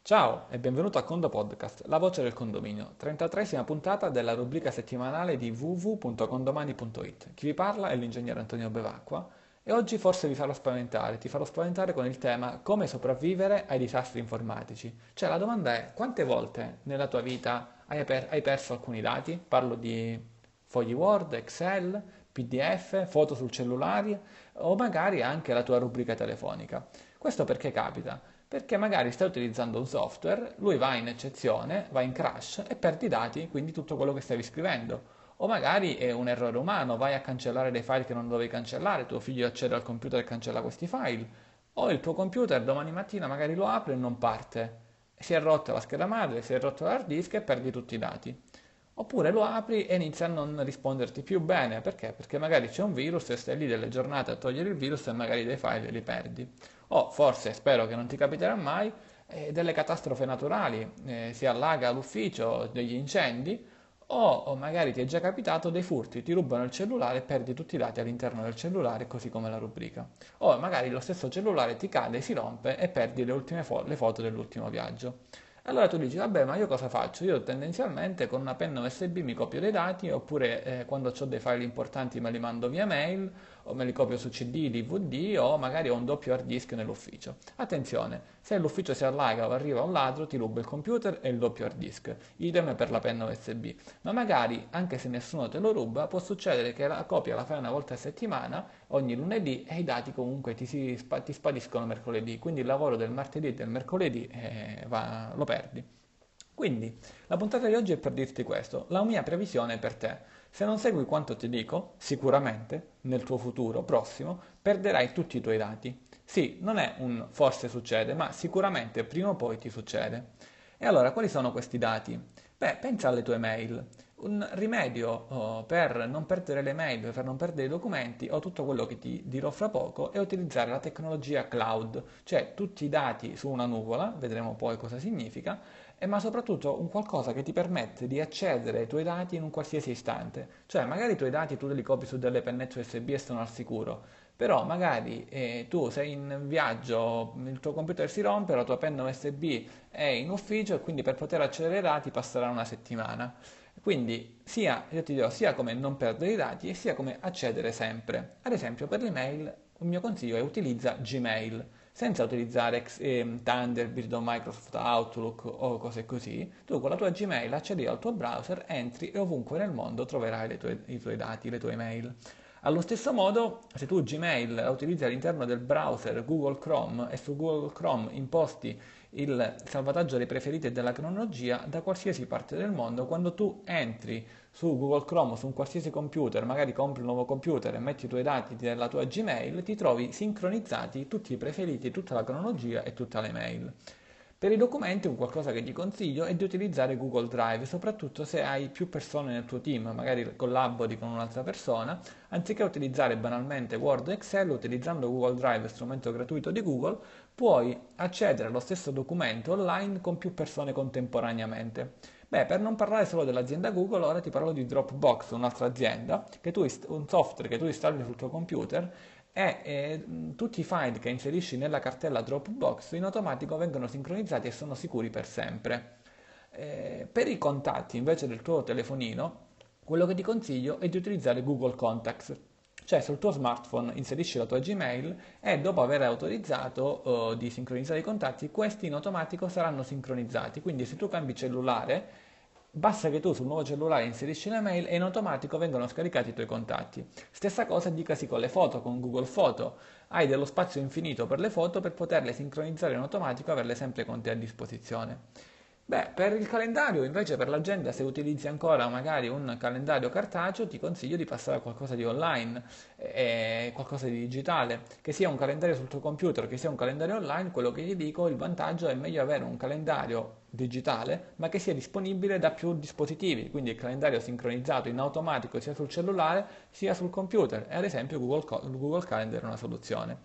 Ciao e benvenuto a Condo Podcast, la voce del condominio, 33esima puntata della rubrica settimanale di www.condomani.it. Chi vi parla è l'ingegnere Antonio Bevacqua e oggi forse ti farò spaventare con il tema come sopravvivere ai disastri informatici. Cioè la domanda è quante volte nella tua vita hai perso alcuni dati? Parlo di fogli Word, Excel, PDF, foto sul cellulare o magari anche la tua rubrica telefonica. Questo perché capita? Perché magari stai utilizzando un software, lui va in eccezione, va in crash e perdi i dati, quindi tutto quello che stavi scrivendo. O magari è un errore umano, vai a cancellare dei file che non dovevi cancellare, tuo figlio accede al computer e cancella questi file, o il tuo computer domani mattina magari lo apre e non parte. Si è rotta la scheda madre, si è rotto l'hard disk e perdi tutti i dati. Oppure lo apri e inizia a non risponderti più bene, perché? Perché magari c'è un virus e stai lì delle giornate a togliere il virus e magari dei file li perdi. O forse, spero che non ti capiterà mai, delle catastrofi naturali, si allaga l'ufficio, degli incendi, o magari ti è già capitato dei furti, ti rubano il cellulare e perdi tutti i dati all'interno del cellulare, così come la rubrica. O magari lo stesso cellulare ti cade, si rompe e perdi le ultime le foto dell'ultimo viaggio. Allora tu dici, vabbè, ma io cosa faccio? Io tendenzialmente con una penna USB mi copio dei dati, oppure quando ho dei file importanti me li mando via mail, o me li copio su CD, DVD, o magari ho un doppio hard disk nell'ufficio. Attenzione, se l'ufficio si allaga o arriva un ladro, ti ruba il computer e il doppio hard disk. Idem per la penna USB. Ma magari, anche se nessuno te lo ruba, può succedere che la copia la fai una volta a settimana, ogni lunedì, e i dati comunque ti spariscono mercoledì. Quindi il lavoro del martedì e del mercoledì lo perdi. Quindi, la puntata di oggi è per dirti questo, la mia previsione per te. Se non segui quanto ti dico, sicuramente, nel tuo futuro prossimo, perderai tutti i tuoi dati. Sì, non è un forse succede, ma sicuramente prima o poi ti succede. E allora, quali sono questi dati? Beh, pensa alle tue mail. Un rimedio per non perdere le mail, per non perdere i documenti o tutto quello che ti dirò fra poco è utilizzare la tecnologia cloud, cioè tutti i dati su una nuvola, vedremo poi cosa significa, ma soprattutto un qualcosa che ti permette di accedere ai tuoi dati in un qualsiasi istante. Cioè magari i tuoi dati tu li copi su delle pennette USB e sono al sicuro, però magari tu sei in viaggio, il tuo computer si rompe, la tua penna USB è in ufficio e quindi per poter accedere ai dati passerà una settimana. Quindi sia, io ti dirò, sia come non perdere i dati e sia come accedere sempre. Ad esempio per l'email il mio consiglio è utilizza Gmail, senza utilizzare Thunderbird o Microsoft Outlook o cose così. Tu con la tua Gmail accedi al tuo browser, entri e ovunque nel mondo troverai i tuoi dati, le tue email. Allo stesso modo, se tu Gmail la utilizzi all'interno del browser Google Chrome e su Google Chrome imposti il salvataggio dei preferiti e della cronologia, da qualsiasi parte del mondo, quando tu entri su Google Chrome o su un qualsiasi computer, magari compri un nuovo computer e metti i tuoi dati della tua Gmail, ti trovi sincronizzati tutti i preferiti, tutta la cronologia e tutte le mail. Per i documenti un qualcosa che ti consiglio è di utilizzare Google Drive, soprattutto se hai più persone nel tuo team, magari collabori con un'altra persona, anziché utilizzare banalmente Word o Excel, utilizzando Google Drive, strumento gratuito di Google, puoi accedere allo stesso documento online con più persone contemporaneamente. Beh, per non parlare solo dell'azienda Google, ora ti parlo di Dropbox, un'altra azienda, un software che tu installi sul tuo computer e tutti i file che inserisci nella cartella Dropbox in automatico vengono sincronizzati e sono sicuri per sempre. Per i contatti invece del tuo telefonino, quello che ti consiglio è di utilizzare Google Contacts. Cioè sul tuo smartphone inserisci la tua Gmail e dopo aver autorizzato di sincronizzare i contatti, questi in automatico saranno sincronizzati. Quindi se tu cambi cellulare, basta che tu sul nuovo cellulare inserisci la mail e in automatico vengono scaricati i tuoi contatti. Stessa cosa dicasi con le foto, con Google Foto. Hai dello spazio infinito per le foto per poterle sincronizzare in automatico e averle sempre con te a disposizione. Beh, per il calendario, invece per l'agenda, se utilizzi ancora magari un calendario cartaceo, ti consiglio di passare a qualcosa di online, qualcosa di digitale, che sia un calendario sul tuo computer, che sia un calendario online, quello che ti dico, il vantaggio è meglio avere un calendario digitale, ma che sia disponibile da più dispositivi, quindi il calendario sincronizzato in automatico sia sul cellulare sia sul computer, e ad esempio Google Calendar è una soluzione.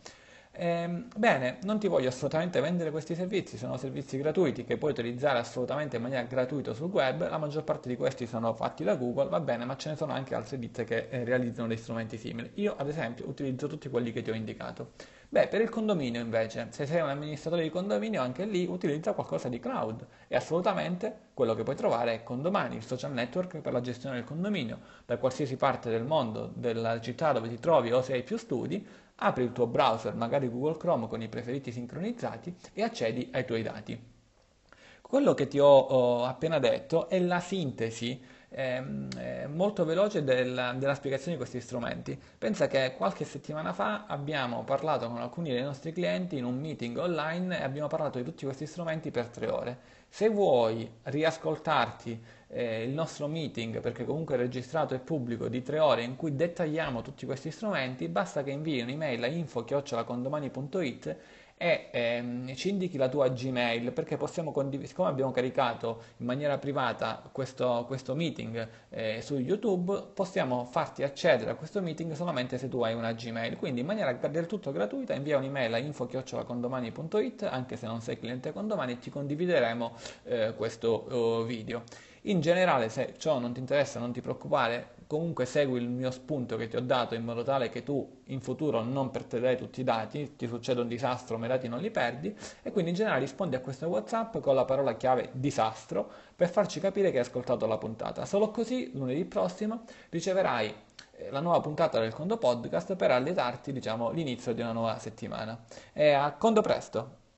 Bene, non ti voglio assolutamente vendere questi servizi, sono servizi gratuiti che puoi utilizzare assolutamente in maniera gratuita sul web, la maggior parte di questi sono fatti da Google, va bene, ma ce ne sono anche altre ditte che realizzano dei strumenti simili. Io ad esempio utilizzo tutti quelli che ti ho indicato. Beh, per il condominio invece, se sei un amministratore di condominio, anche lì utilizza qualcosa di cloud e assolutamente quello che puoi trovare è Condomani, il social network per la gestione del condominio. Da qualsiasi parte del mondo, della città dove ti trovi o se hai più studi, apri il tuo browser, magari Google Chrome con i preferiti sincronizzati e accedi ai tuoi dati. Quello che ti ho appena detto è la sintesi molto veloce della spiegazione di questi strumenti. Pensa che qualche settimana fa abbiamo parlato con alcuni dei nostri clienti in un meeting online e abbiamo parlato di tutti questi strumenti per 3 ore. Se vuoi riascoltarti il nostro meeting, perché comunque è registrato e pubblico, di 3 ore in cui dettagliamo tutti questi strumenti, basta che invii un'email a info@condomani.it e ci indichi la tua Gmail perché possiamo condividere, siccome abbiamo caricato in maniera privata questo meeting su YouTube, possiamo farti accedere a questo meeting solamente se tu hai una Gmail. Quindi in maniera del tutto gratuita invia un'email a info@condomani.it anche se non sei cliente Condomani e ti condivideremo questo video. In generale, se ciò non ti interessa, non ti preoccupare, comunque segui il mio spunto che ti ho dato in modo tale che tu in futuro non perderai tutti i dati, ti succede un disastro, ma i dati non li perdi e quindi in generale rispondi a questo WhatsApp con la parola chiave disastro per farci capire che hai ascoltato la puntata. Solo così lunedì prossimo riceverai la nuova puntata del Condo Podcast per allietarti, diciamo, l'inizio di una nuova settimana. E a Condo presto!